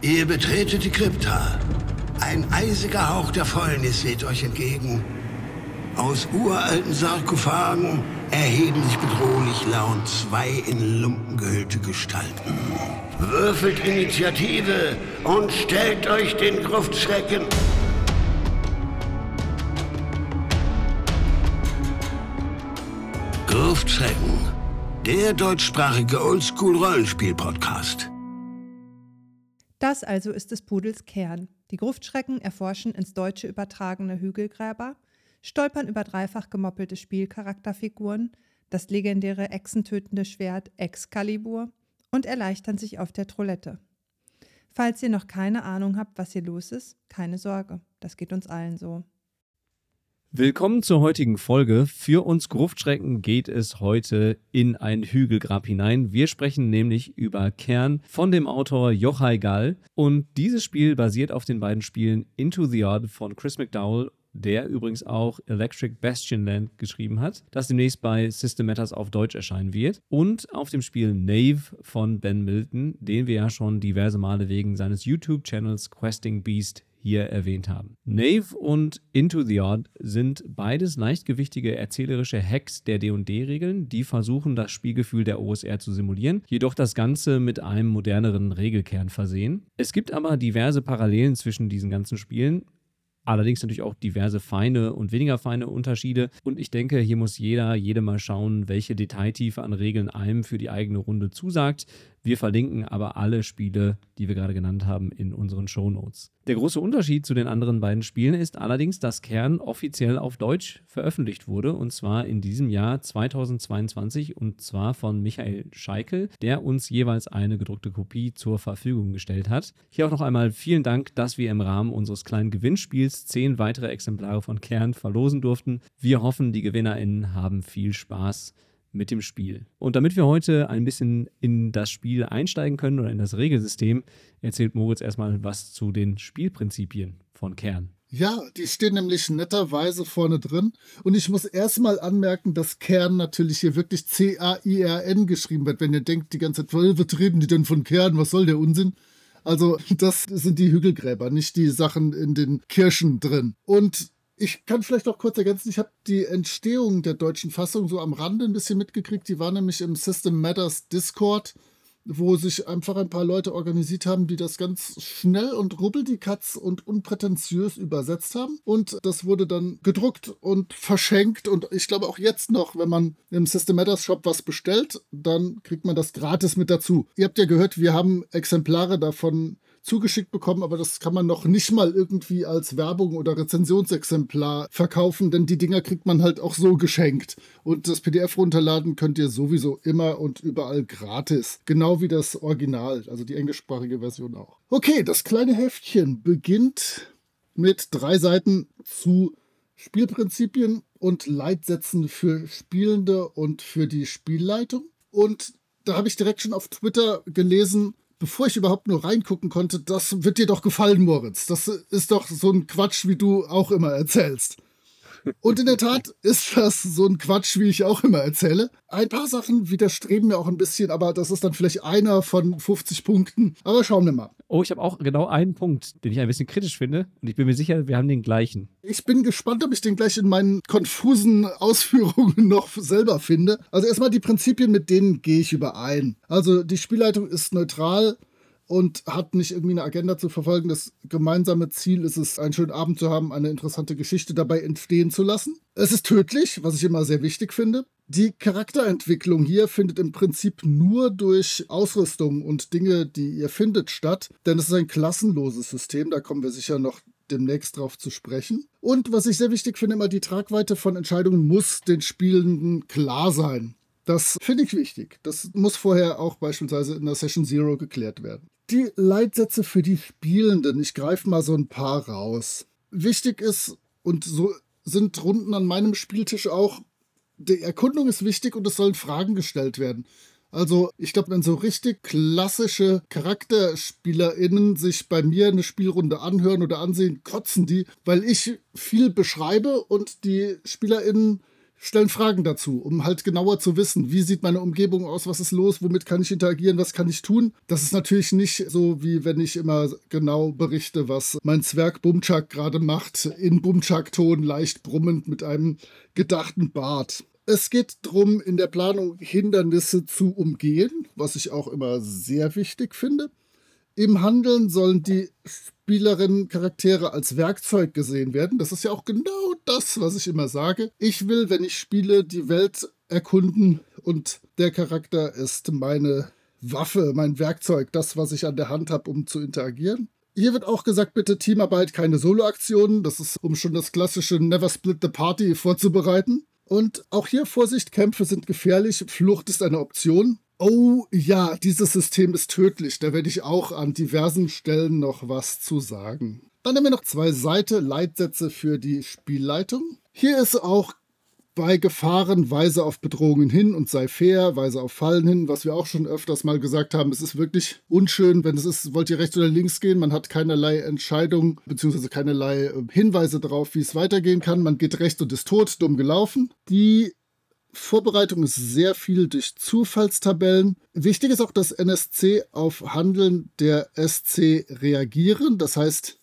Ihr betretet die Krypta. Ein eisiger Hauch der Fäulnis weht euch entgegen. Aus uralten Sarkophagen erheben sich bedrohlich laut zwei in Lumpen gehüllte Gestalten. Würfelt Initiative und stellt euch den Gruftschrecken. Gruftschrecken, der deutschsprachige Oldschool-Rollenspiel-Podcast. Das also ist des Pudels Kern. Die Gruftschrecken erforschen ins Deutsche übertragene Hügelgräber, stolpern über dreifach gemoppelte Spielcharakterfiguren, das legendäre echsentötende Schwert Excalibur und erleichtern sich auf der Trollette. Falls ihr noch keine Ahnung habt, was hier los ist, keine Sorge, das geht uns allen so. Willkommen zur heutigen Folge. Für uns Gruftschrecken geht es heute in ein Hügelgrab hinein. Wir sprechen nämlich über Kern von dem Autor Yochai Gall. Und dieses Spiel basiert auf den beiden Spielen Into the Odd von Chris McDowell, der übrigens auch Electric Bastionland geschrieben hat, das demnächst bei System Matters auf Deutsch erscheinen wird. Und auf dem Spiel Knave von Ben Milton, den wir ja schon diverse Male wegen seines YouTube-Channels Questing Beast hier erwähnt haben. Knave und Into the Odd sind beides leichtgewichtige erzählerische Hacks der D&D-Regeln, die versuchen, das Spielgefühl der OSR zu simulieren, jedoch das Ganze mit einem moderneren Regelkern versehen. Es gibt aber diverse Parallelen zwischen diesen ganzen Spielen, allerdings natürlich auch diverse feine und weniger feine Unterschiede. Und ich denke, hier muss jede mal schauen, welche Detailtiefe an Regeln einem für die eigene Runde zusagt. Wir verlinken aber alle Spiele, die wir gerade genannt haben, in unseren Shownotes. Der große Unterschied zu den anderen beiden Spielen ist allerdings, dass Kern offiziell auf Deutsch veröffentlicht wurde, und zwar in diesem Jahr 2022, und zwar von Michael Scheikel, der uns jeweils eine gedruckte Kopie zur Verfügung gestellt hat. Hier auch noch einmal vielen Dank, dass wir im Rahmen unseres kleinen Gewinnspiels 10 weitere Exemplare von Kern verlosen durften. Wir hoffen, die GewinnerInnen haben viel Spaß mit dem Spiel. Und damit wir heute ein bisschen in das Spiel einsteigen können oder in das Regelsystem, erzählt Moritz erstmal was zu den Spielprinzipien von Kern. Ja, die stehen nämlich netterweise vorne drin. Und ich muss erstmal anmerken, dass Kern natürlich hier wirklich C-A-I-R-N geschrieben wird. Wenn ihr denkt die ganze Zeit, was reden die denn von Kern? Was soll der Unsinn? Also das sind die Hügelgräber, nicht die Sachen in den Kirchen drin. Und ich kann vielleicht auch kurz ergänzen, ich habe die Entstehung der deutschen Fassung so am Rande ein bisschen mitgekriegt. Die war nämlich im System Matters Discord, wo sich einfach ein paar Leute organisiert haben, die das ganz schnell und rubbeldigatz und unprätentiös übersetzt haben. Und das wurde dann gedruckt und verschenkt. Und ich glaube auch jetzt noch, wenn man im System Matters Shop was bestellt, dann kriegt man das gratis mit dazu. Ihr habt ja gehört, wir haben Exemplare davon zugeschickt bekommen, aber das kann man noch nicht mal irgendwie als Werbung oder Rezensionsexemplar verkaufen, denn die Dinger kriegt man halt auch so geschenkt. Und das PDF runterladen könnt ihr sowieso immer und überall gratis. Genau wie das Original, also die englischsprachige Version auch. Okay, das kleine Heftchen beginnt mit 3 Seiten zu Spielprinzipien und Leitsätzen für Spielende und für die Spielleitung. Und da habe ich direkt schon auf Twitter gelesen, bevor ich überhaupt nur reingucken konnte, das wird dir doch gefallen, Moritz. Das ist doch so ein Quatsch, wie du auch immer erzählst. Und in der Tat ist das so ein Quatsch, wie ich auch immer erzähle. Ein paar Sachen widerstreben mir auch ein bisschen, aber das ist dann vielleicht einer von 50 Punkten. Aber schauen wir mal. Oh, ich habe auch genau einen Punkt, den ich ein bisschen kritisch finde. Und ich bin mir sicher, wir haben den gleichen. Ich bin gespannt, ob ich den gleich in meinen konfusen Ausführungen noch selber finde. Also erstmal die Prinzipien, mit denen gehe ich überein. Also die Spielleitung ist neutral und hat nicht irgendwie eine Agenda zu verfolgen. Das gemeinsame Ziel ist es, einen schönen Abend zu haben, eine interessante Geschichte dabei entstehen zu lassen. Es ist tödlich, was ich immer sehr wichtig finde. Die Charakterentwicklung hier findet im Prinzip nur durch Ausrüstung und Dinge, die ihr findet, statt. Denn es ist ein klassenloses System, da kommen wir sicher noch demnächst drauf zu sprechen. Und was ich sehr wichtig finde, immer die Tragweite von Entscheidungen muss den Spielenden klar sein. Das finde ich wichtig. Das muss vorher auch beispielsweise in der Session Zero geklärt werden. Die Leitsätze für die Spielenden, ich greife mal so ein paar raus. Wichtig ist, und so sind Runden an meinem Spieltisch auch, die Erkundung ist wichtig und es sollen Fragen gestellt werden. Also ich glaube, wenn so richtig klassische CharakterspielerInnen sich bei mir eine Spielrunde anhören oder ansehen, kotzen die, weil ich viel beschreibe und die SpielerInnen stellen Fragen dazu, um halt genauer zu wissen, wie sieht meine Umgebung aus, was ist los, womit kann ich interagieren, was kann ich tun. Das ist natürlich nicht so, wie wenn ich immer genau berichte, was mein Zwerg Bumchak gerade macht, in Bumchak-Ton, leicht brummend mit einem gedachten Bart. Es geht darum, in der Planung Hindernisse zu umgehen, was ich auch immer sehr wichtig finde. Im Handeln sollen die Spielerinnen-Charaktere als Werkzeug gesehen werden. Das ist ja auch genau das, was ich immer sage. Ich will, wenn ich spiele, die Welt erkunden und der Charakter ist meine Waffe, mein Werkzeug, das, was ich an der Hand habe, um zu interagieren. Hier wird auch gesagt, bitte Teamarbeit, keine Solo-Aktionen. Das ist, um schon das klassische Never Split the Party vorzubereiten. Und auch hier Vorsicht, Kämpfe sind gefährlich, Flucht ist eine Option. Oh ja, dieses System ist tödlich. Da werde ich auch an diversen Stellen noch was zu sagen. Dann haben wir noch 2 Leitsätze für die Spielleitung. Hier ist auch bei Gefahren weise auf Bedrohungen hin und sei fair, weise auf Fallen hin, was wir auch schon öfters mal gesagt haben. Es ist wirklich unschön, wenn es ist, wollt ihr rechts oder links gehen, man hat keinerlei Entscheidung bzw. keinerlei Hinweise darauf, wie es weitergehen kann. Man geht rechts und ist tot, dumm gelaufen. Die Vorbereitung ist sehr viel durch Zufallstabellen. Wichtig ist auch, dass NSC auf Handeln der SC reagieren. Das heißt,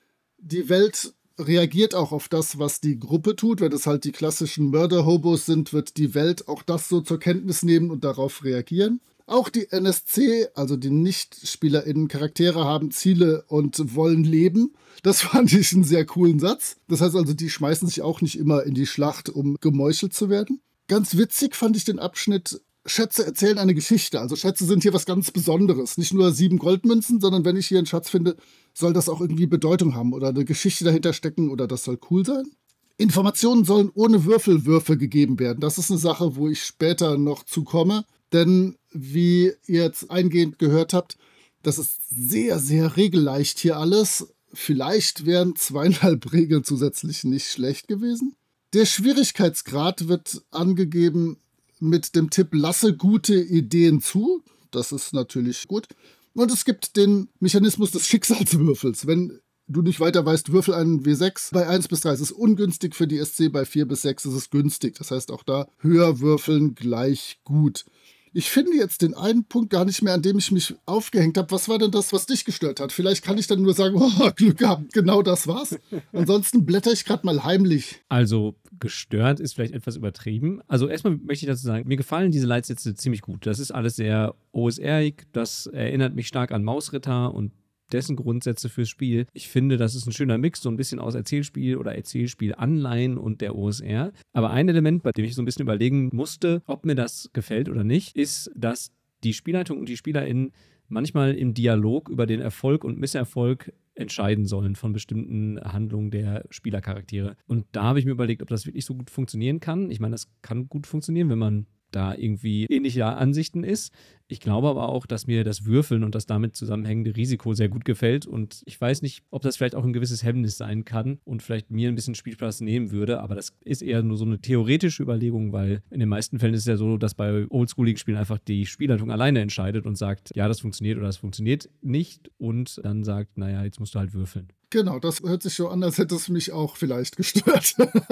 die Welt reagiert auch auf das, was die Gruppe tut. Wenn es halt die klassischen Mörder-Hobos sind, wird die Welt auch das so zur Kenntnis nehmen und darauf reagieren. Auch die NSC, also die NichtspielerInnen, Charaktere haben Ziele und wollen leben. Das fand ich einen sehr coolen Satz. Das heißt also, die schmeißen sich auch nicht immer in die Schlacht, um gemeuchelt zu werden. Ganz witzig fand ich den Abschnitt, Schätze erzählen eine Geschichte. Also Schätze sind hier was ganz Besonderes. Nicht nur 7 Goldmünzen, sondern wenn ich hier einen Schatz finde, soll das auch irgendwie Bedeutung haben oder eine Geschichte dahinter stecken oder das soll cool sein. Informationen sollen ohne Würfelwürfe gegeben werden. Das ist eine Sache, wo ich später noch zu komme. Denn wie ihr jetzt eingehend gehört habt, das ist sehr, sehr regelleicht hier alles. Vielleicht wären 2,5 Regeln zusätzlich nicht schlecht gewesen. Der Schwierigkeitsgrad wird angegeben mit dem Tipp, lasse gute Ideen zu. Das ist natürlich gut. Und es gibt den Mechanismus des Schicksalswürfels. Wenn du nicht weiter weißt, würfel einen W6. Bei 1 bis 3 ist es ungünstig für die SC, bei 4 bis 6 ist es günstig. Das heißt auch da höher würfeln gleich gut. Ich finde jetzt den einen Punkt gar nicht mehr, an dem ich mich aufgehängt habe. Was war denn das, was dich gestört hat? Vielleicht kann ich dann nur sagen, oh, Glück gehabt, genau das war's. Ansonsten blätter ich gerade mal heimlich. Also gestört ist vielleicht etwas übertrieben. Also erstmal möchte ich dazu sagen, mir gefallen diese Leitsätze ziemlich gut. Das ist alles sehr OSR-ig. Das erinnert mich stark an Mausritter und dessen Grundsätze fürs Spiel. Ich finde, das ist ein schöner Mix, so ein bisschen aus Erzählspiel oder Erzählspiel-Anleihen und der OSR. Aber ein Element, bei dem ich so ein bisschen überlegen musste, ob mir das gefällt oder nicht, ist, dass die Spielleitung und die SpielerInnen manchmal im Dialog über den Erfolg und Misserfolg entscheiden sollen von bestimmten Handlungen der Spielercharaktere. Und da habe ich mir überlegt, ob das wirklich so gut funktionieren kann. Ich meine, das kann gut funktionieren, wenn man da irgendwie ähnlicher Ansichten ist. Ich glaube aber auch, dass mir das Würfeln und das damit zusammenhängende Risiko sehr gut gefällt und ich weiß nicht, ob das vielleicht auch ein gewisses Hemmnis sein kann und vielleicht mir ein bisschen Spielspaß nehmen würde, aber das ist eher nur so eine theoretische Überlegung, weil in den meisten Fällen ist es ja so, dass bei oldschooligen Spielen einfach die Spielleitung alleine entscheidet und sagt, ja, das funktioniert oder das funktioniert nicht und dann sagt, naja, jetzt musst du halt würfeln. Genau, das hört sich so an, als hätte es mich auch vielleicht gestört.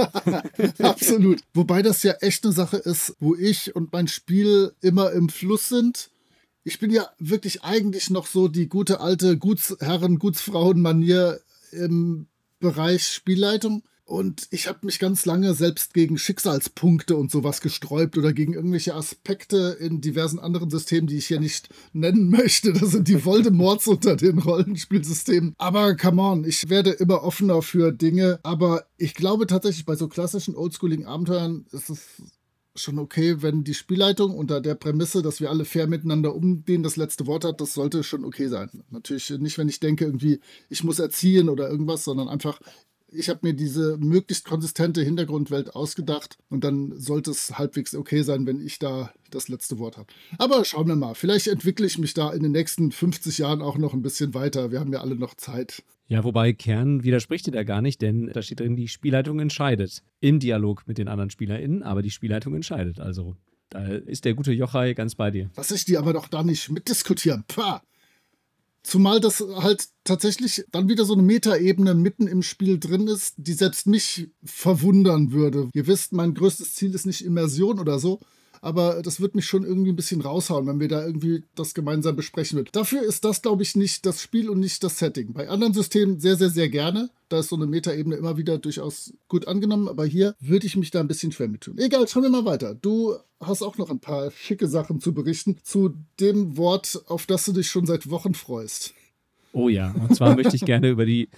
Absolut. Wobei das ja echt eine Sache ist, wo ich und mein Spiel immer im Fluss sind. Ich bin ja wirklich eigentlich noch so die gute alte Gutsherren, Gutsfrauen-Manier im Bereich Spielleitung. Und ich habe mich ganz lange selbst gegen Schicksalspunkte und sowas gesträubt oder gegen irgendwelche Aspekte in diversen anderen Systemen, die ich hier nicht nennen möchte. Das sind die Voldemorts unter den Rollenspielsystemen. Aber come on, ich werde immer offener für Dinge. Aber ich glaube tatsächlich, bei so klassischen oldschooligen Abenteuern ist es schon okay, wenn die Spielleitung unter der Prämisse, dass wir alle fair miteinander umgehen, das letzte Wort hat, das sollte schon okay sein. Natürlich nicht, wenn ich denke, irgendwie, ich muss erziehen oder irgendwas, sondern einfach, ich habe mir diese möglichst konsistente Hintergrundwelt ausgedacht und dann sollte es halbwegs okay sein, wenn ich da das letzte Wort habe. Aber schauen wir mal, vielleicht entwickle ich mich da in den nächsten 50 Jahren auch noch ein bisschen weiter. Wir haben ja alle noch Zeit. Ja, wobei Kern widerspricht dir da gar nicht, denn da steht drin, die Spielleitung entscheidet. Im Dialog mit den anderen SpielerInnen, aber die Spielleitung entscheidet. Also da ist der gute Yochai ganz bei dir. Lass ich die aber doch da nicht mitdiskutieren. Pah! Zumal das halt tatsächlich dann wieder so eine Metaebene mitten im Spiel drin ist, die selbst mich verwundern würde. Ihr wisst, mein größtes Ziel ist nicht Immersion oder so, aber das wird mich schon irgendwie ein bisschen raushauen, wenn wir da irgendwie das gemeinsam besprechen würden. Dafür ist das, glaube ich, nicht das Spiel und nicht das Setting. Bei anderen Systemen sehr, sehr, sehr gerne. Da ist so eine Metaebene immer wieder durchaus gut angenommen, aber hier würde ich mich da ein bisschen schwer mit tun. Egal, schauen wir mal weiter. Du hast auch noch ein paar schicke Sachen zu berichten zu dem Wort, auf das du dich schon seit Wochen freust. Oh ja, und zwar möchte ich gerne über die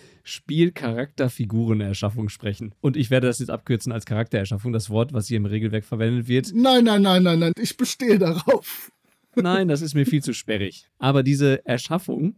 Spielcharakterfigurenerschaffung sprechen. Und ich werde das jetzt abkürzen als Charaktererschaffung, das Wort, was hier im Regelwerk verwendet wird. Nein, ich bestehe darauf. Nein, das ist mir viel zu sperrig. Aber diese Erschaffung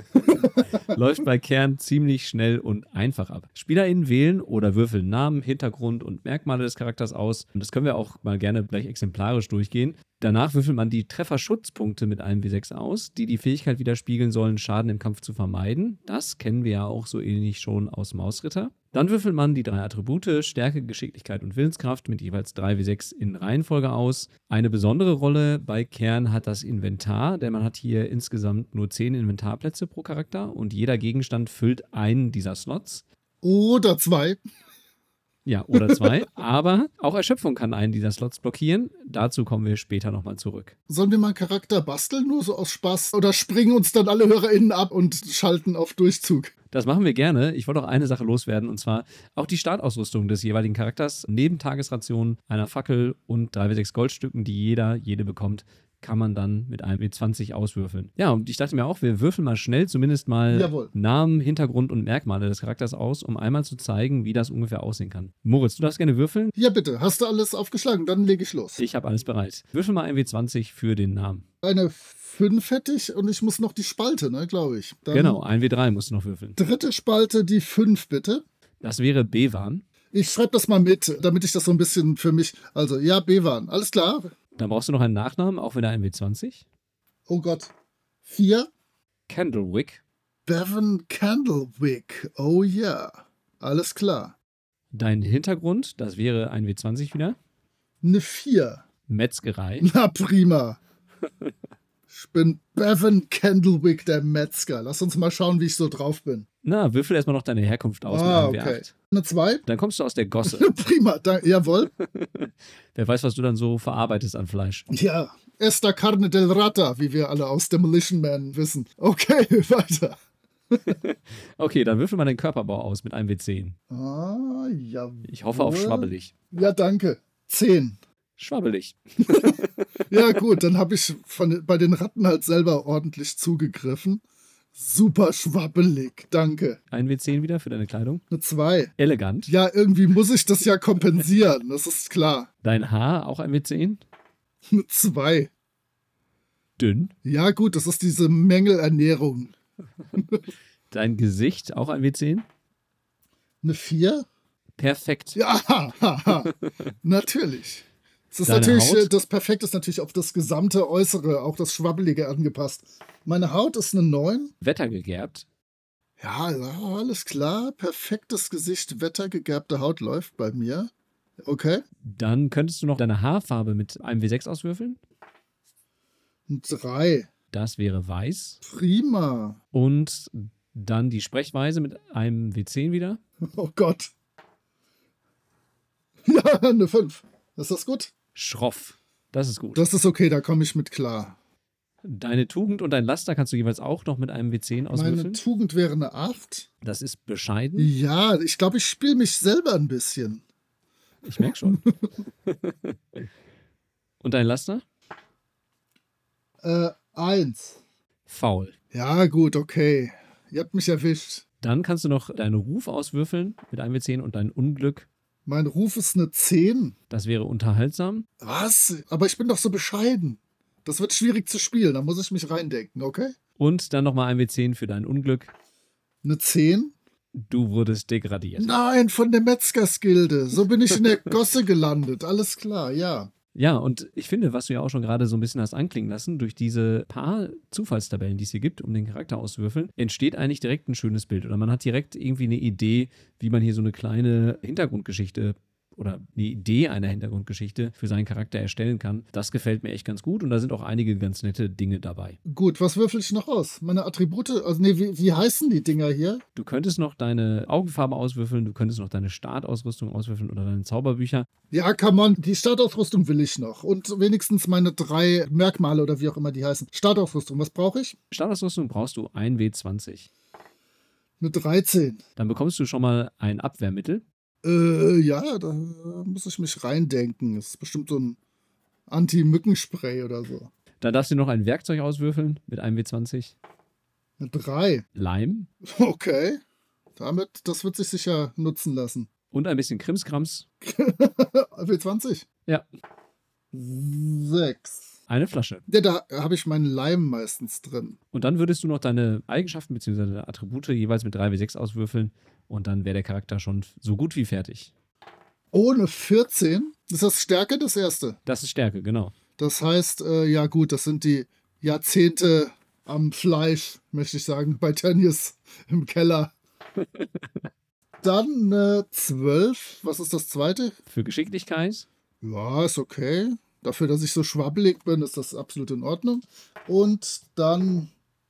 läuft bei Kern ziemlich schnell und einfach ab. SpielerInnen wählen oder würfeln Namen, Hintergrund und Merkmale des Charakters aus. Und das können wir auch mal gerne gleich exemplarisch durchgehen. Danach würfelt man die Trefferschutzpunkte mit einem W6 aus, die die Fähigkeit widerspiegeln sollen, Schaden im Kampf zu vermeiden. Das kennen wir ja auch so ähnlich schon aus Mausritter. Dann würfelt man die 3 Attribute, Stärke, Geschicklichkeit und Willenskraft mit jeweils 3 W6 in Reihenfolge aus. Eine besondere Rolle bei Kern hat das Inventar, denn man hat hier insgesamt nur 10 Inventarplätze pro Charakter und jeder Gegenstand füllt einen dieser Slots. Oder 2. Ja, oder 2. Aber auch Erschöpfung kann einen dieser Slots blockieren. Dazu kommen wir später nochmal zurück. Sollen wir mal einen Charakter basteln, nur so aus Spaß? Oder springen uns dann alle HörerInnen ab und schalten auf Durchzug? Das machen wir gerne. Ich wollte auch eine Sache loswerden, und zwar auch die Startausrüstung des jeweiligen Charakters. Neben Tagesrationen, einer Fackel und 3 bis 6 Goldstücken, die jede bekommt, kann man dann mit einem W20 auswürfeln. Ja, und ich dachte mir auch, wir würfeln mal schnell zumindest mal Jawohl. Namen, Hintergrund und Merkmale des Charakters aus, um einmal zu zeigen, wie das ungefähr aussehen kann. Moritz, du darfst gerne würfeln. Ja, bitte. Hast du alles aufgeschlagen? Dann lege ich los. Ich habe alles bereit. Würfel mal ein W20 für den Namen. Eine 5 hätte ich und ich muss noch die Spalte, ne, glaube ich. Dann Genau, ein W3 musst du noch würfeln. dritte Spalte, die 5, bitte. Das wäre Bewan. Ich schreibe das mal mit, damit ich das so ein bisschen für mich... Also, ja, Bewan. Alles klar. Dann brauchst du noch einen Nachnamen, auch wieder ein W20. Oh Gott. 4. Candlewick. Bevan Candlewick. Oh ja. Alles klar. Dein Hintergrund, das wäre ein W20 wieder. Eine 4. Metzgerei. Na prima. Ich bin Bevan Candlewick, der Metzger. Lass uns mal schauen, wie ich so drauf bin. Na, würfel erstmal noch deine Herkunft aus mit einem Okay. W8. Eine 2. Dann kommst du aus der Gosse. Prima, jawohl. Wer weiß, was du dann so verarbeitest an Fleisch. Ja, Esta Carne del Rata, wie wir alle aus Demolition Man wissen. Okay, weiter. Okay, dann würfel mal deinen Körperbau aus mit einem W10. Ah, ja. Ich hoffe auf schwabbelig. Ja, danke. 10. Schwabbelig. Ja, gut, dann habe ich bei den Ratten halt selber ordentlich zugegriffen. Super schwabbelig, danke. Ein W10 wieder für deine Kleidung. Eine 2. Elegant. Ja, irgendwie muss ich das ja kompensieren, das ist klar. Dein Haar, auch ein W10. Eine 2. Dünn. Ja, gut, das ist diese Mängelernährung. Dein Gesicht, auch ein W10. Eine 4? Perfekt. Ja, natürlich. Es ist Deine natürlich, Haut? das Perfekte ist natürlich auf das gesamte Äußere, auch das Schwabbelige angepasst. Meine Haut ist eine 9. Wettergegerbt. Ja, alles klar. Perfektes Gesicht, wettergegerbte Haut läuft bei mir. Okay. Dann könntest du noch deine Haarfarbe mit einem W6 auswürfeln. 3. Das wäre weiß. Prima. Und dann die Sprechweise mit einem W10 wieder. Oh Gott. Ja, eine 5. Ist das gut? Schroff. Das ist gut. Das ist okay, da komme ich mit klar. Deine Tugend und dein Laster kannst du jeweils auch noch mit einem W10 Meine auswürfeln. Tugend wäre eine 8. Das ist bescheiden. Ja, ich glaube, ich spiele mich selber ein bisschen. Ich merke schon. Und dein Laster? 1. Faul. Ja, gut, okay. Ihr habt mich erwischt. Dann kannst du noch deinen Ruf auswürfeln mit einem W10 und dein Unglück. Mein Ruf ist eine 10. Das wäre unterhaltsam. Was? Aber ich bin doch so bescheiden. Das wird schwierig zu spielen, da muss ich mich reindenken, okay? Und dann nochmal ein W10 für dein Unglück. Eine 10? Du wurdest degradiert. Nein, von der Metzgersgilde. So bin ich in der Gosse gelandet. Alles klar, ja. Ja, und ich finde, was du ja auch schon gerade so ein bisschen hast anklingen lassen, durch diese paar Zufallstabellen, die es hier gibt, um den Charakter auszuwürfeln, entsteht eigentlich direkt ein schönes Bild. Oder man hat direkt irgendwie eine Idee, wie man hier so eine kleine Hintergrundgeschichte oder eine Idee einer Hintergrundgeschichte für seinen Charakter erstellen kann. Das gefällt mir echt ganz gut und da sind auch einige ganz nette Dinge dabei. Gut, was würfel ich noch aus? Meine Attribute? Also nee, wie heißen die Dinger hier? Du könntest noch deine Augenfarbe auswürfeln, du könntest noch deine Startausrüstung auswürfeln oder deine Zauberbücher. Ja, come on, die Startausrüstung will ich noch. Und wenigstens meine 3 Merkmale oder wie auch immer die heißen. Startausrüstung, was brauche ich? Startausrüstung brauchst du 1 W20. Eine 13. Dann bekommst du schon mal ein Abwehrmittel. Ja, da muss ich mich reindenken. Das ist bestimmt so ein Anti-Mückenspray oder so. Dann darfst du noch ein Werkzeug auswürfeln mit einem W20. Eine 3. Leim Okay. Das wird sich sicher nutzen lassen. und ein bisschen Krimskrams. W20? Ja, 6. eine Flasche. Ja, da habe ich meinen Leim meistens drin. Und dann würdest du noch deine Eigenschaften bzw. deine Attribute jeweils mit 3W6 auswürfeln und dann wäre der Charakter schon so gut wie fertig. Ohne 14? Ist das Stärke, das erste? Das ist Stärke, genau. Das heißt, ja gut, das sind die Jahrzehnte am Fleisch, möchte ich sagen, bei Tönnies im Keller. Dann 12. Was ist das zweite? Für Geschicklichkeit. Ja, ist okay. Dafür, dass ich so schwabbelig bin, ist das absolut in Ordnung. Und dann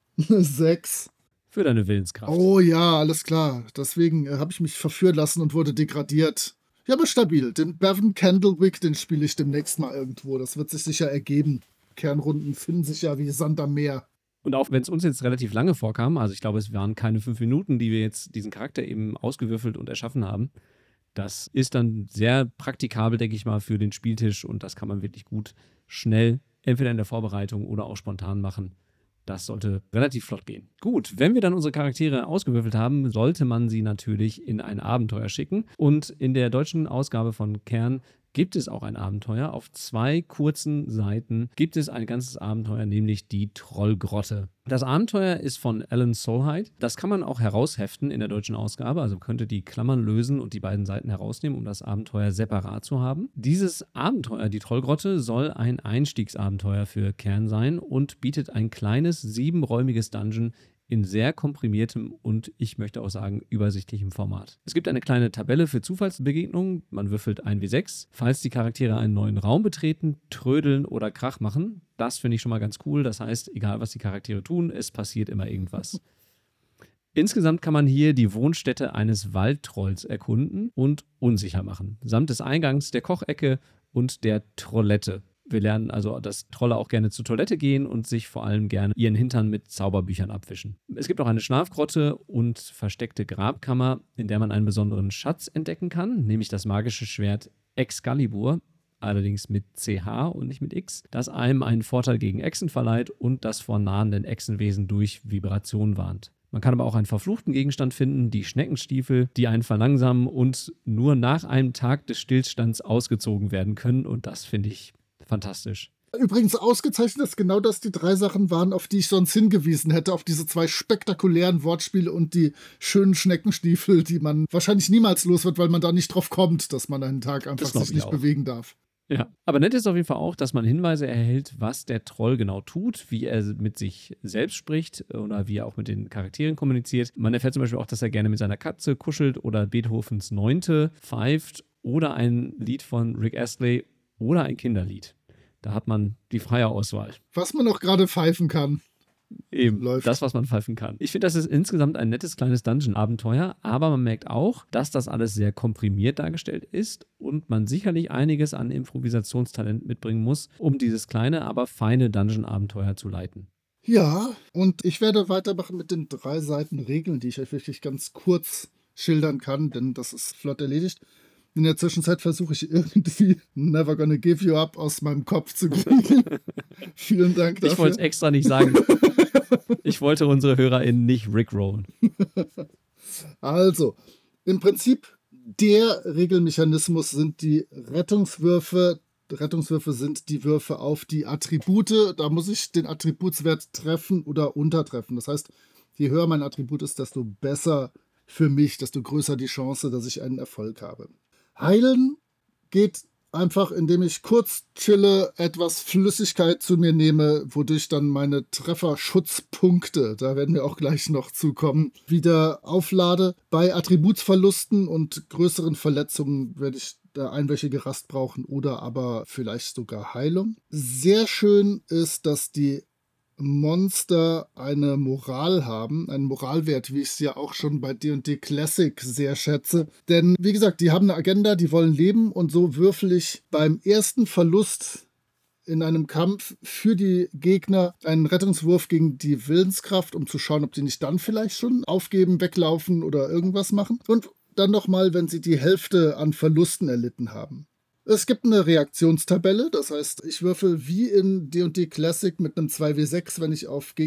6. Für deine Willenskraft. Oh ja, alles klar. Deswegen habe ich mich verführen lassen und wurde degradiert. Ja, aber stabil. Den Bevan Candlewick, den spiele ich demnächst mal irgendwo. Das wird sich sicher ergeben. Kernrunden finden sich ja wie Sand am Meer. Und auch wenn es uns jetzt relativ lange vorkam, also ich glaube, es waren keine 5 Minuten, die wir jetzt diesen Charakter eben ausgewürfelt und erschaffen haben, das ist dann sehr praktikabel, denke ich mal, für den Spieltisch und das kann man wirklich gut schnell, entweder in der Vorbereitung oder auch spontan machen. Das sollte relativ flott gehen. Gut, wenn wir dann unsere Charaktere ausgewürfelt haben, sollte man sie natürlich in ein Abenteuer schicken. Und in der deutschen Ausgabe von Kern gibt es auch ein Abenteuer. Auf 2 kurzen Seiten gibt es ein ganzes Abenteuer, nämlich die Trollgrotte. Das Abenteuer ist von Alan Solheid. Das kann man auch herausheften in der deutschen Ausgabe. Also man könnte die Klammern lösen und die beiden Seiten herausnehmen, um das Abenteuer separat zu haben. Dieses Abenteuer, die Trollgrotte, soll ein Einstiegsabenteuer für Kern sein und bietet ein kleines 7-räumiges Dungeon in sehr komprimiertem und ich möchte auch sagen übersichtlichem Format. Es gibt eine kleine Tabelle für Zufallsbegegnungen. Man würfelt 1W6. Falls die Charaktere einen neuen Raum betreten, trödeln oder Krach machen, das finde ich schon mal ganz cool. Das heißt, egal was die Charaktere tun, es passiert immer irgendwas. Insgesamt kann man hier die Wohnstätte eines Waldtrolls erkunden und unsicher machen, samt des Eingangs, der Kochecke und der Trollette. Wir lernen also, dass Trolle auch gerne zur Toilette gehen und sich vor allem gerne ihren Hintern mit Zauberbüchern abwischen. Es gibt auch eine Schlafgrotte und versteckte Grabkammer, in der man einen besonderen Schatz entdecken kann, nämlich das magische Schwert Excalibur, allerdings mit CH und nicht mit X, das einem einen Vorteil gegen Echsen verleiht und das vor nahenden Echsenwesen durch Vibration warnt. Man kann aber auch einen verfluchten Gegenstand finden, die Schneckenstiefel, die einen verlangsamen und nur nach einem Tag des Stillstands ausgezogen werden können und das finde ich fantastisch. Übrigens ausgezeichnet, dass genau das die 3 Sachen waren, auf die ich sonst hingewiesen hätte, auf diese 2 spektakulären Wortspiele und die schönen Schneckenstiefel, die man wahrscheinlich niemals los wird, weil man da nicht drauf kommt, dass man einen Tag einfach sich nicht bewegen darf. Ja, aber nett ist auf jeden Fall auch, dass man Hinweise erhält, was der Troll genau tut, wie er mit sich selbst spricht oder wie er auch mit den Charakteren kommuniziert. Man erfährt zum Beispiel auch, dass er gerne mit seiner Katze kuschelt oder Beethovens 9. pfeift oder ein Lied von Rick Astley oder ein Kinderlied. Da hat man die freie Auswahl. Was man auch gerade pfeifen kann. Eben, Läuft. das, was man pfeifen kann. Ich finde, das ist insgesamt ein nettes kleines Dungeon-Abenteuer, aber man merkt auch, dass das alles sehr komprimiert dargestellt ist und man sicherlich einiges an Improvisationstalent mitbringen muss, um dieses kleine, aber feine Dungeon-Abenteuer zu leiten. Ja, und ich werde weitermachen mit den 3 Seiten Regeln, die ich euch wirklich ganz kurz schildern kann, denn das ist flott erledigt. In der Zwischenzeit versuche ich irgendwie Never Gonna Give You Up aus meinem Kopf zu kriegen. Vielen Dank dafür. Ich wollte es extra nicht sagen. Ich wollte unsere HörerInnen nicht rickrollen. Also, im Prinzip, der Regelmechanismus sind die Rettungswürfe. Rettungswürfe sind die Würfe auf die Attribute. Da muss ich den Attributswert treffen oder untertreffen. Das heißt, je höher mein Attribut ist, desto besser für mich, desto größer die Chance, dass ich einen Erfolg habe. Heilen geht einfach, indem ich kurz chille, etwas Flüssigkeit zu mir nehme, wodurch dann meine Trefferschutzpunkte, da werden wir auch gleich noch zukommen, wieder auflade. Bei Attributsverlusten und größeren Verletzungen werde ich einwöchige Rast brauchen oder aber vielleicht sogar Heilung. Sehr schön ist, dass die Monster eine Moral haben, einen Moralwert, wie ich es ja auch schon bei D&D Classic sehr schätze. Denn, wie gesagt, die haben eine Agenda, die wollen leben und so würfel ich beim ersten Verlust in einem Kampf für die Gegner einen Rettungswurf gegen die Willenskraft, um zu schauen, ob die nicht dann vielleicht schon aufgeben, weglaufen oder irgendwas machen. Und dann nochmal, wenn sie die Hälfte an Verlusten erlitten haben. Es gibt eine Reaktionstabelle, das heißt, ich würfel wie in D&D Classic mit einem 2W6, wenn ich auf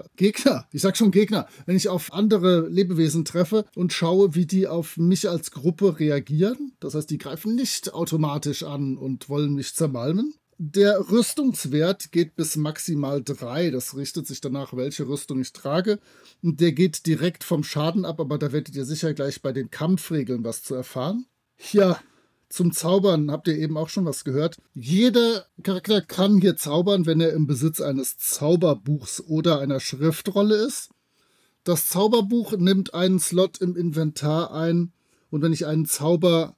wenn ich auf andere Lebewesen treffe und schaue, wie die auf mich als Gruppe reagieren. Das heißt, die greifen nicht automatisch an und wollen mich zermalmen. Der Rüstungswert geht bis maximal 3. Das richtet sich danach, welche Rüstung ich trage. Und der geht direkt vom Schaden ab, aber da werdet ihr sicher gleich bei den Kampfregeln was zu erfahren. Ja, zum Zaubern habt ihr eben auch schon was gehört. Jeder Charakter kann hier zaubern, wenn er im Besitz eines Zauberbuchs oder einer Schriftrolle ist. Das Zauberbuch nimmt einen Slot im Inventar ein und wenn ich einen Zauber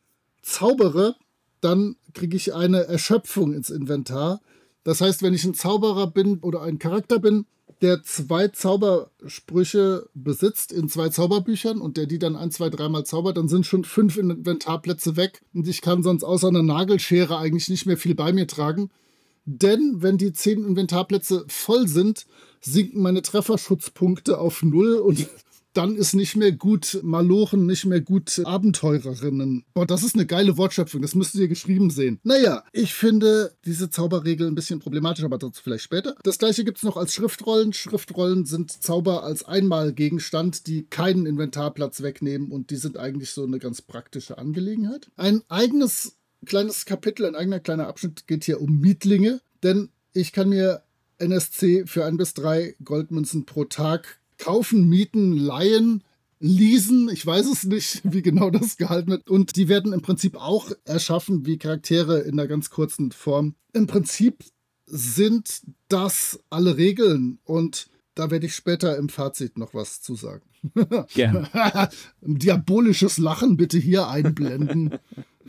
zaubere, dann kriege ich eine Erschöpfung ins Inventar. Das heißt, wenn ich ein Zauberer bin oder ein Charakter bin, der 2 Zaubersprüche besitzt in 2 Zauberbüchern und der die dann 1, 2, 3 Mal zaubert, dann sind schon 5 Inventarplätze weg und ich kann sonst außer einer Nagelschere eigentlich nicht mehr viel bei mir tragen. Denn wenn die 10 Inventarplätze voll sind, sinken meine Trefferschutzpunkte auf 0 und dann ist nicht mehr gut Malochen, nicht mehr gut Abenteurerinnen. Boah, das ist eine geile Wortschöpfung, das müsstet ihr geschrieben sehen. Naja, ich finde diese Zauberregel ein bisschen problematisch, aber dazu vielleicht später. Das gleiche gibt es noch als Schriftrollen. Schriftrollen sind Zauber als Einmalgegenstand, die keinen Inventarplatz wegnehmen und die sind eigentlich so eine ganz praktische Angelegenheit. Ein eigenes kleines Kapitel, ein eigener kleiner Abschnitt geht hier um Mietlinge, denn ich kann mir NSC für 1 bis 3 Goldmünzen pro Tag kaufen, mieten, leihen, leasen. Ich weiß es nicht, wie genau das gehalten wird. Und die werden im Prinzip auch erschaffen wie Charaktere in einer ganz kurzen Form. Im Prinzip sind das alle Regeln und da werde ich später im Fazit noch was zu sagen. Gerne. Diabolisches Lachen bitte hier einblenden.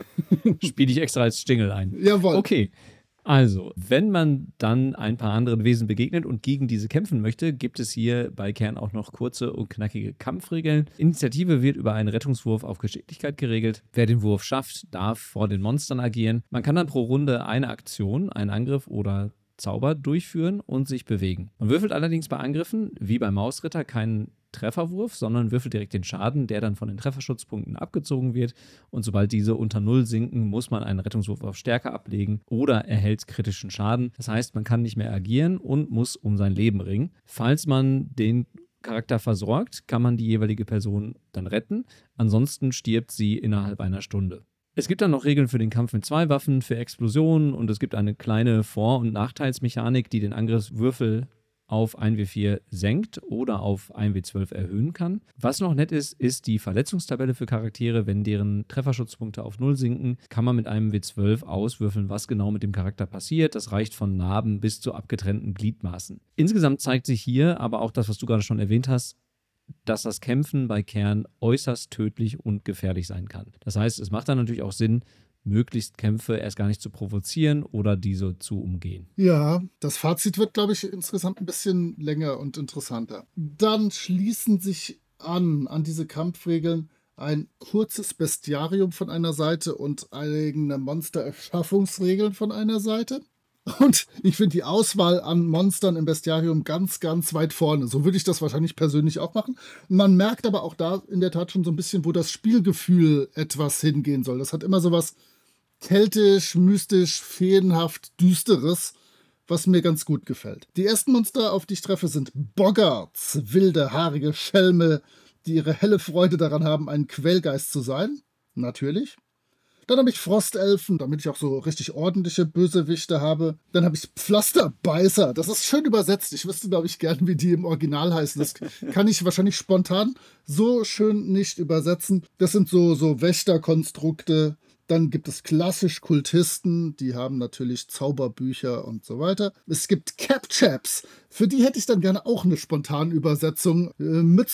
Spiele ich extra als Jingle ein. Jawohl. Okay. Also, wenn man dann ein paar anderen Wesen begegnet und gegen diese kämpfen möchte, gibt es hier bei Kern auch noch kurze und knackige Kampfregeln. Initiative wird über einen Rettungswurf auf Geschicklichkeit geregelt. Wer den Wurf schafft, darf vor den Monstern agieren. Man kann dann pro Runde eine Aktion, einen Angriff oder Zauber durchführen und sich bewegen. Man würfelt allerdings bei Angriffen, wie beim Mausritter, keinen Trefferwurf, sondern würfelt direkt den Schaden, der dann von den Trefferschutzpunkten abgezogen wird. Und sobald diese unter 0 sinken, muss man einen Rettungswurf auf Stärke ablegen oder erhält kritischen Schaden. Das heißt, man kann nicht mehr agieren und muss um sein Leben ringen. Falls man den Charakter versorgt, kann man die jeweilige Person dann retten. Ansonsten stirbt sie innerhalb einer Stunde. Es gibt dann noch Regeln für den Kampf mit 2 Waffen, für Explosionen und es gibt eine kleine Vor- und Nachteilsmechanik, die den Angriffswürfel auf 1W4 senkt oder auf 1W12 erhöhen kann. Was noch nett ist, ist die Verletzungstabelle für Charaktere. Wenn deren Trefferschutzpunkte auf 0 sinken, kann man mit einem W12 auswürfeln, was genau mit dem Charakter passiert. Das reicht von Narben bis zu abgetrennten Gliedmaßen. Insgesamt zeigt sich hier aber auch das, was du gerade schon erwähnt hast, dass das Kämpfen bei Kern äußerst tödlich und gefährlich sein kann. Das heißt, es macht dann natürlich auch Sinn, möglichst Kämpfe erst gar nicht zu provozieren oder diese zu umgehen. Ja, das Fazit wird, glaube ich, insgesamt ein bisschen länger und interessanter. Dann schließen sich an diese Kampfregeln ein kurzes Bestiarium von einer Seite und eigene Monstererschaffungsregeln von einer Seite. Und ich finde die Auswahl an Monstern im Bestiarium ganz, ganz weit vorne. So würde ich das wahrscheinlich persönlich auch machen. Man merkt aber auch da in der Tat schon so ein bisschen, wo das Spielgefühl etwas hingehen soll. Das hat immer so was keltisch, mystisch, feenhaft, düsteres, was mir ganz gut gefällt. Die ersten Monster, auf die ich treffe, sind Boggarts, wilde, haarige Schelme, die ihre helle Freude daran haben, ein Quellgeist zu sein. Natürlich. Dann habe ich Frostelfen, damit ich auch so richtig ordentliche Bösewichte habe. Dann habe ich Pflasterbeißer. Das ist schön übersetzt. Ich wüsste, glaube ich, gern, wie die im Original heißen. Das kann ich wahrscheinlich spontan so schön nicht übersetzen. Das sind so Wächterkonstrukte. Dann gibt es klassisch Kultisten, die haben natürlich Zauberbücher und so weiter. Es gibt Capchaps, für die hätte ich dann gerne auch eine spontane Übersetzung,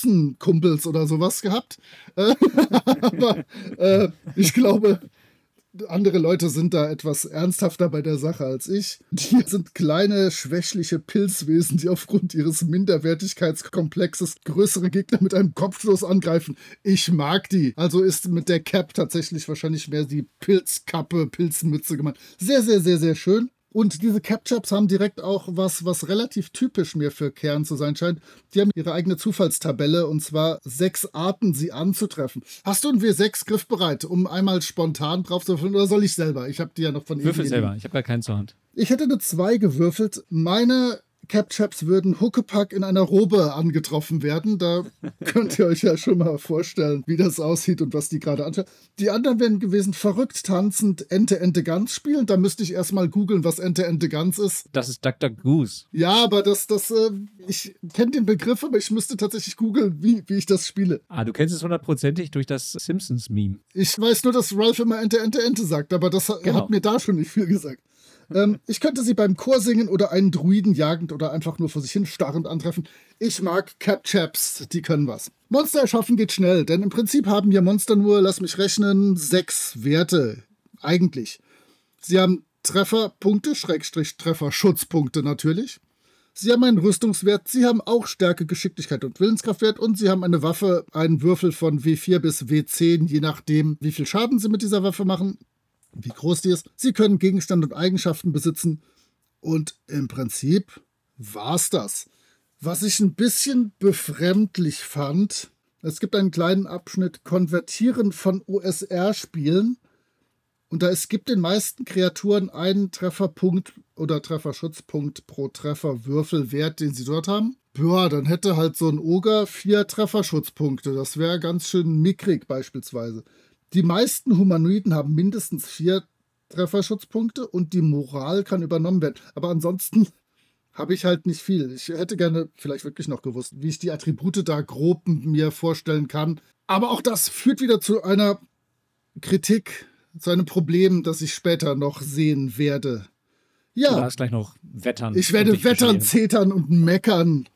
Mützenkumpels oder sowas gehabt. Aber ich glaube, Andere Leute sind da etwas ernsthafter bei der Sache als ich. Die sind kleine, schwächliche Pilzwesen, die aufgrund ihres Minderwertigkeitskomplexes größere Gegner mit einem Kopfstoß angreifen. Ich mag die. Also ist mit der Cap tatsächlich wahrscheinlich mehr die Pilzkappe, Pilzmütze gemeint. Sehr, sehr, sehr, sehr schön. Und diese Cap-Chaps haben direkt auch was relativ typisch mir für Kern zu sein scheint. Die haben ihre eigene Zufallstabelle, und zwar 6 Arten, sie anzutreffen. Hast du einen W6 griffbereit, um einmal spontan drauf zu würfeln, oder soll ich selber? Ich habe die ja noch von Würfel selber, ich habe gar keinen zur Hand. Ich hätte eine 2 gewürfelt. Meine Cap-Chaps würden Huckepack in einer Robe angetroffen werden. Da könnt ihr euch ja schon mal vorstellen, wie das aussieht und was die gerade anschauen. Die anderen wären gewesen, verrückt tanzend Ente, Ente, Gans spielen. Da müsste ich erstmal googeln, was Ente, Ente, Gans ist. Das ist Dr. Goose. Ja, aber ich kenne den Begriff, aber ich müsste tatsächlich googeln, wie ich das spiele. Du kennst es 100%ig durch das Simpsons-Meme. Ich weiß nur, dass Ralph immer Ente, Ente, Ente sagt, aber das hat mir da schon nicht viel gesagt. Ich könnte sie beim Chor singen oder einen Druiden jagend oder einfach nur vor sich hin starrend antreffen. Ich mag Cap-Chaps, die können was. Monster erschaffen geht schnell, denn im Prinzip haben wir Monster nur, lass mich rechnen, 6 Werte. Eigentlich. Sie haben Trefferpunkte, Schrägstrich Trefferschutzpunkte natürlich. Sie haben einen Rüstungswert, sie haben auch Stärke, Geschicklichkeit und Willenskraftwert und sie haben eine Waffe, einen Würfel von W4 bis W10, je nachdem, wie viel Schaden sie mit dieser Waffe machen. Wie groß die ist. Sie können Gegenstand und Eigenschaften besitzen. Und im Prinzip war's das. Was ich ein bisschen befremdlich fand, es gibt einen kleinen Abschnitt Konvertieren von OSR-Spielen. Und es gibt den meisten Kreaturen einen Trefferpunkt oder Trefferschutzpunkt pro Trefferwürfelwert, den sie dort haben. Ja, dann hätte halt so ein Oger 4 Trefferschutzpunkte. Das wäre ganz schön mickrig beispielsweise. Die meisten Humanoiden haben mindestens 4 Trefferschutzpunkte und die Moral kann übernommen werden. Aber ansonsten habe ich halt nicht viel. Ich hätte gerne vielleicht wirklich noch gewusst, wie ich die Attribute da grob mir vorstellen kann. Aber auch das führt wieder zu einer Kritik, zu einem Problem, das ich später noch sehen werde. Ja. Du darfst gleich noch wettern. Ich werde wettern, zetern und meckern.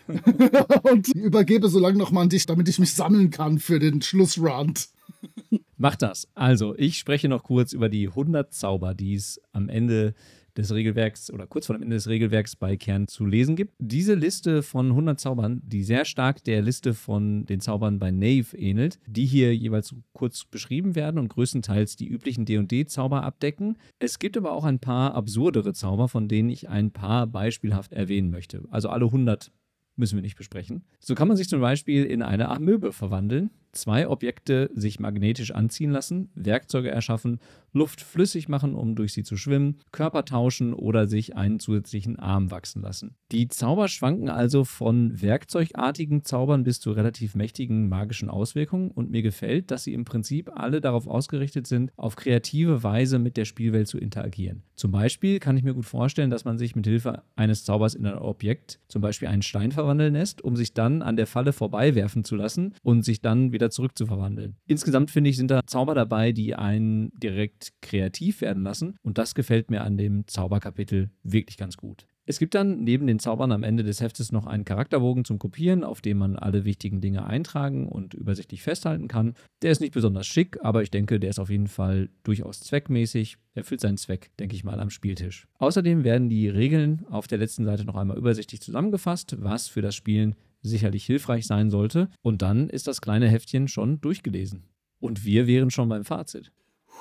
Und übergebe so lange nochmal an dich, damit ich mich sammeln kann für den Schlussrand. Mach das. Also, ich spreche noch kurz über die 100 Zauber, die es am Ende des Regelwerks oder kurz vor dem Ende des Regelwerks bei Kern zu lesen gibt. Diese Liste von 100 Zaubern, die sehr stark der Liste von den Zaubern bei Knave ähnelt, die hier jeweils kurz beschrieben werden und größtenteils die üblichen D&D-Zauber abdecken. Es gibt aber auch ein paar absurdere Zauber, von denen ich ein paar beispielhaft erwähnen möchte. Also alle 100 müssen wir nicht besprechen. So kann man sich zum Beispiel in eine Amöbe verwandeln, 2 Objekte sich magnetisch anziehen lassen, Werkzeuge erschaffen, Luft flüssig machen, um durch sie zu schwimmen, Körper tauschen oder sich einen zusätzlichen Arm wachsen lassen. Die Zauber schwanken also von werkzeugartigen Zaubern bis zu relativ mächtigen magischen Auswirkungen und mir gefällt, dass sie im Prinzip alle darauf ausgerichtet sind, auf kreative Weise mit der Spielwelt zu interagieren. Zum Beispiel kann ich mir gut vorstellen, dass man sich mit Hilfe eines Zaubers in ein Objekt, zum Beispiel einen Stein verwandeln lässt, um sich dann an der Falle vorbeiwerfen zu lassen und sich dann wieder zurückzuverwandeln. Insgesamt finde ich, sind da Zauber dabei, die einen direkt kreativ werden lassen und das gefällt mir an dem Zauberkapitel wirklich ganz gut. Es gibt dann neben den Zaubern am Ende des Heftes noch einen Charakterbogen zum Kopieren, auf dem man alle wichtigen Dinge eintragen und übersichtlich festhalten kann. Der ist nicht besonders schick, aber ich denke, der ist auf jeden Fall durchaus zweckmäßig. Erfüllt seinen Zweck, denke ich mal, am Spieltisch. Außerdem werden die Regeln auf der letzten Seite noch einmal übersichtlich zusammengefasst, was für das Spielen sicherlich hilfreich sein sollte. Und dann ist das kleine Heftchen schon durchgelesen. Und wir wären schon beim Fazit.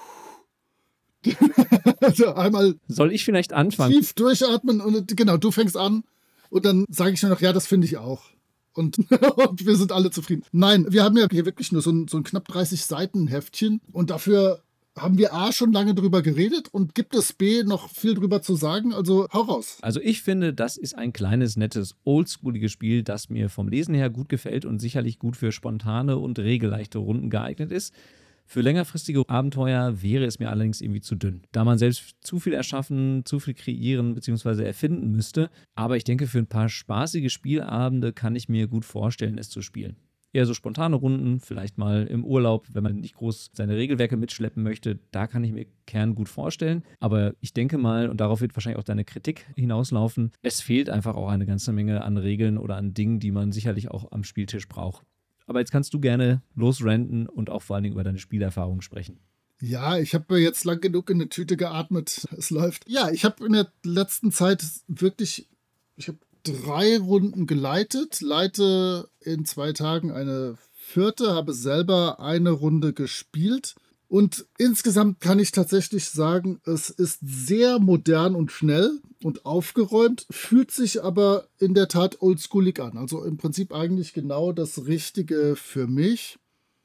Also einmal soll ich vielleicht anfangen? Tief durchatmen und genau, du fängst an und dann sage ich nur noch, ja, das finde ich auch. Und wir sind alle zufrieden. Nein, wir haben ja hier wirklich nur so ein knapp 30 Seiten Heftchen und dafür haben wir A schon lange drüber geredet und gibt es B noch viel drüber zu sagen? Also hau raus. Also ich finde, das ist ein kleines, nettes, oldschooliges Spiel, das mir vom Lesen her gut gefällt und sicherlich gut für spontane und regelleichte Runden geeignet ist. Für längerfristige Abenteuer wäre es mir allerdings irgendwie zu dünn, da man selbst zu viel erschaffen, zu viel kreieren bzw. erfinden müsste. Aber ich denke, für ein paar spaßige Spielabende kann ich mir gut vorstellen, es zu spielen. Eher so spontane Runden, vielleicht mal im Urlaub, wenn man nicht groß seine Regelwerke mitschleppen möchte, da kann ich mir Kern gut vorstellen. Aber ich denke mal, und darauf wird wahrscheinlich auch deine Kritik hinauslaufen, es fehlt einfach auch eine ganze Menge an Regeln oder an Dingen, die man sicherlich auch am Spieltisch braucht. Aber jetzt kannst du gerne losranten und auch vor allen Dingen über deine Spielerfahrung sprechen. Ja, ich habe jetzt lang genug in eine Tüte geatmet. Es läuft. Ja, ich habe in der letzten Zeit wirklich, ich habe 3 Runden geleitet, leite in 2 Tagen eine 4., habe selber eine Runde gespielt. Und insgesamt kann ich tatsächlich sagen, es ist sehr modern und schnell und aufgeräumt, fühlt sich aber in der Tat oldschoolig an. Also im Prinzip eigentlich genau das Richtige für mich.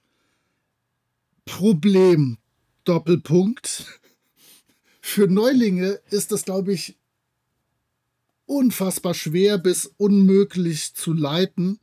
Problem, Doppelpunkt. Für Neulinge ist das, glaube ich, unfassbar schwer bis unmöglich zu leiten,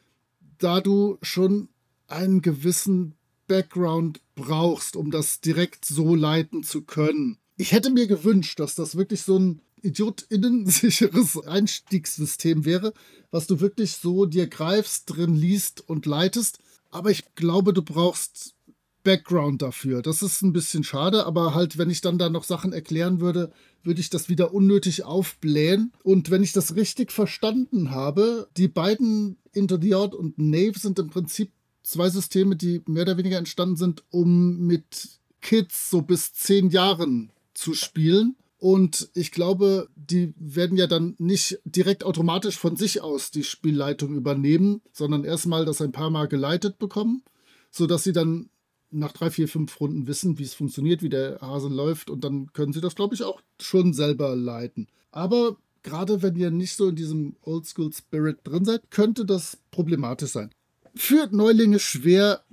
da du schon einen gewissen Background brauchst, um das direkt so leiten zu können. Ich hätte mir gewünscht, dass das wirklich so ein idiotinnen-sicheres Einstiegssystem wäre, was du wirklich so dir greifst, drin liest und leitest. Aber ich glaube, du brauchst Background dafür. Das ist ein bisschen schade, aber halt, wenn ich dann da noch Sachen erklären würde, würde ich das wieder unnötig aufblähen. Und wenn ich das richtig verstanden habe, die beiden Into the Odd und Knave sind im Prinzip 2 Systeme, die mehr oder weniger entstanden sind, um mit Kids so bis 10 Jahren zu spielen. Und ich glaube, die werden ja dann nicht direkt automatisch von sich aus die Spielleitung übernehmen, sondern erstmal das ein paar Mal geleitet bekommen, sodass sie dann nach 3, 4, 5 Runden wissen, wie es funktioniert, wie der Hase läuft, und dann können sie das, glaube ich, auch schon selber leiten. Aber gerade wenn ihr nicht so in diesem Oldschool-Spirit drin seid, könnte das problematisch sein. Für Neulinge schwer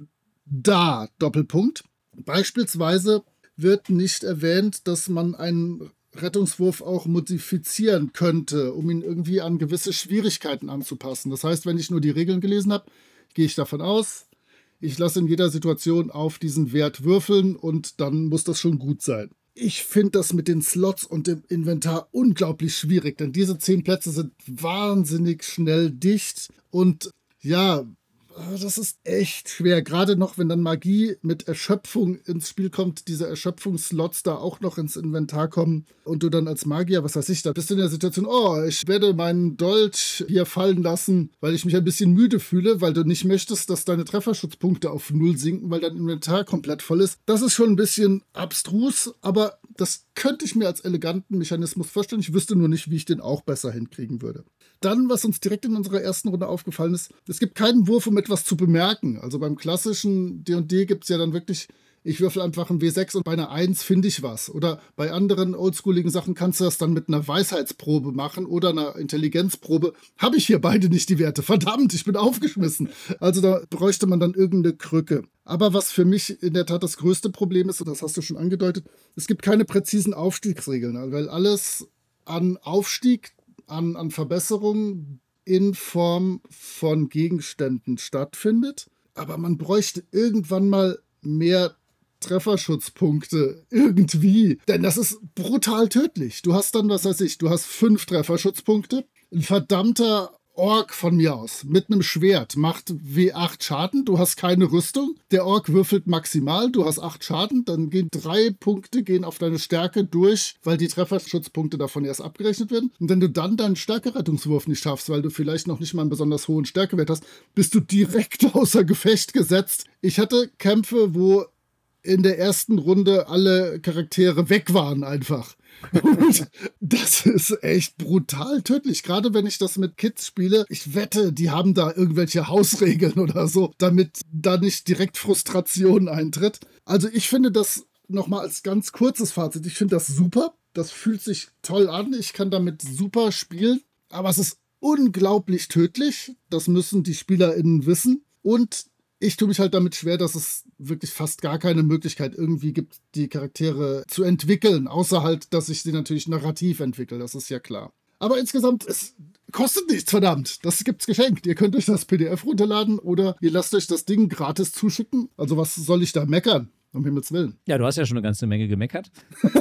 da, Doppelpunkt. Beispielsweise wird nicht erwähnt, dass man einen Rettungswurf auch modifizieren könnte, um ihn irgendwie an gewisse Schwierigkeiten anzupassen. Das heißt, wenn ich nur die Regeln gelesen habe, gehe ich davon aus, ich lasse in jeder Situation auf diesen Wert würfeln und dann muss das schon gut sein. Ich finde das mit den Slots und dem Inventar unglaublich schwierig, denn diese 10 Plätze sind wahnsinnig schnell dicht und ja, das ist echt schwer. Gerade noch, wenn dann Magie mit Erschöpfung ins Spiel kommt, diese Erschöpfungsslots da auch noch ins Inventar kommen und du dann als Magier, was weiß ich, da bist du in der Situation, oh, ich werde meinen Dolch hier fallen lassen, weil ich mich ein bisschen müde fühle, weil du nicht möchtest, dass deine Trefferschutzpunkte auf 0 sinken, weil dein Inventar komplett voll ist. Das ist schon ein bisschen abstrus, aber das könnte ich mir als eleganten Mechanismus vorstellen. Ich wüsste nur nicht, wie ich den auch besser hinkriegen würde. Dann, was uns direkt in unserer ersten Runde aufgefallen ist, es gibt keinen Wurf, um etwas zu bemerken. Also beim klassischen D&D gibt es ja dann wirklich, ich würfel einfach einen W6 und bei einer 1 finde ich was. Oder bei anderen oldschooligen Sachen kannst du das dann mit einer Weisheitsprobe machen oder einer Intelligenzprobe. Habe ich hier beide nicht die Werte? Verdammt, ich bin aufgeschmissen. Also da bräuchte man dann irgendeine Krücke. Aber was für mich in der Tat das größte Problem ist, und das hast du schon angedeutet, es gibt keine präzisen Aufstiegsregeln, weil alles an Aufstieg, an Verbesserungen in Form von Gegenständen stattfindet. Aber man bräuchte irgendwann mal mehr Trefferschutzpunkte. Irgendwie. Denn das ist brutal tödlich. Du hast dann, was weiß ich, du hast 5 Trefferschutzpunkte. Ein verdammter Ork von mir aus mit einem Schwert macht W8 Schaden. Du hast keine Rüstung. Der Ork würfelt maximal. Du hast 8 Schaden. Dann gehen 3 Punkte gehen auf deine Stärke durch, weil die Trefferschutzpunkte davon erst abgerechnet werden. Und wenn du dann deinen Stärkerettungswurf nicht schaffst, weil du vielleicht noch nicht mal einen besonders hohen Stärkewert hast, bist du direkt außer Gefecht gesetzt. Ich hatte Kämpfe, wo in der ersten Runde alle Charaktere weg waren einfach. Und das ist echt brutal tödlich. Gerade wenn ich das mit Kids spiele, ich wette, die haben da irgendwelche Hausregeln oder so, damit da nicht direkt Frustration eintritt. Also ich finde das nochmal als ganz kurzes Fazit, ich finde das super. Das fühlt sich toll an. Ich kann damit super spielen. Aber es ist unglaublich tödlich. Das müssen die SpielerInnen wissen. Und ich tue mich halt damit schwer, dass es wirklich fast gar keine Möglichkeit irgendwie gibt, die Charaktere zu entwickeln, außer halt, dass ich sie natürlich narrativ entwickle, das ist ja klar. Aber insgesamt, es kostet nichts, verdammt. Das gibt's geschenkt. Ihr könnt euch das PDF runterladen oder ihr lasst euch das Ding gratis zuschicken. Also was soll ich da meckern? Um Himmels Willen. Ja, du hast ja schon eine ganze Menge gemeckert.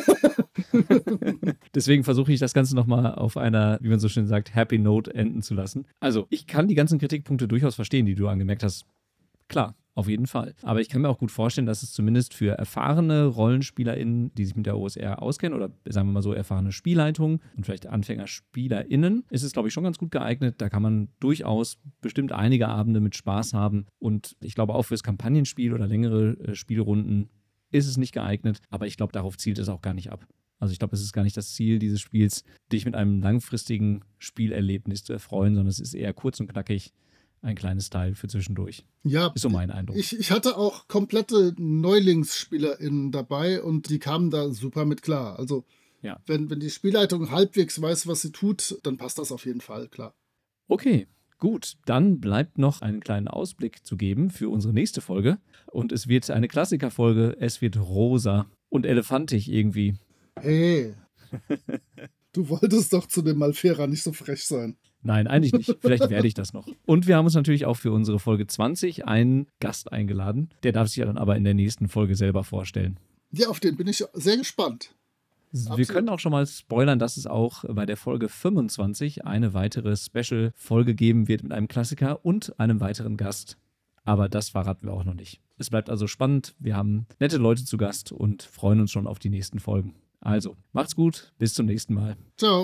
Deswegen versuche ich das Ganze nochmal auf einer, wie man so schön sagt, Happy Note enden zu lassen. Also, ich kann die ganzen Kritikpunkte durchaus verstehen, die du angemerkt hast. Klar, auf jeden Fall. Aber ich kann mir auch gut vorstellen, dass es zumindest für erfahrene RollenspielerInnen, die sich mit der OSR auskennen, oder sagen wir mal so erfahrene Spielleitungen und vielleicht AnfängerspielerInnen, ist es, glaube ich, schon ganz gut geeignet. Da kann man durchaus bestimmt einige Abende mit Spaß haben. Und ich glaube auch fürs Kampagnenspiel oder längere Spielrunden ist es nicht geeignet. Aber ich glaube, darauf zielt es auch gar nicht ab. Also ich glaube, es ist gar nicht das Ziel dieses Spiels, dich mit einem langfristigen Spielerlebnis zu erfreuen, sondern es ist eher kurz und knackig ein kleines Teil für zwischendurch. Ja, ist so mein Eindruck. Ich hatte auch komplette NeulingsspielerInnen dabei und die kamen da super mit klar. Also ja. Wenn die Spielleitung halbwegs weiß, was sie tut, dann passt das auf jeden Fall, klar. Okay, gut. Dann bleibt noch einen kleinen Ausblick zu geben für unsere nächste Folge. Und es wird eine Klassikerfolge. Es wird rosa und elefantig irgendwie. Hey, du wolltest doch zu dem Malfera nicht so frech sein. Nein, eigentlich nicht. Vielleicht werde ich das noch. Und wir haben uns natürlich auch für unsere Folge 20 einen Gast eingeladen. Der darf sich ja dann aber in der nächsten Folge selber vorstellen. Ja, auf den bin ich sehr gespannt. Wir können auch schon mal spoilern, dass es auch bei der Folge 25 eine weitere Special-Folge geben wird mit einem Klassiker und einem weiteren Gast. Aber das verraten wir auch noch nicht. Es bleibt also spannend. Wir haben nette Leute zu Gast und freuen uns schon auf die nächsten Folgen. Also, macht's gut. Bis zum nächsten Mal. Ciao.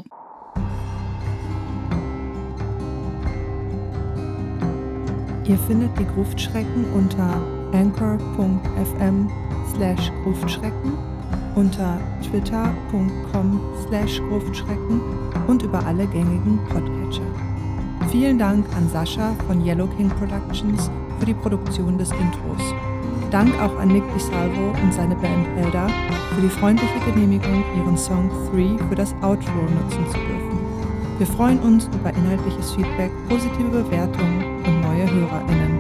Ihr findet die Gruftschrecken unter anchor.fm/Gruftschrecken, unter twitter.com/Gruftschrecken und über alle gängigen Podcatcher. Vielen Dank an Sascha von Yellow King Productions für die Produktion des Intros. Dank auch an Nick DiSalvo und seine Band Elda für die freundliche Genehmigung, ihren Song 3 für das Outro nutzen zu dürfen. Wir freuen uns über inhaltliches Feedback, positive Bewertungen und neue HörerInnen.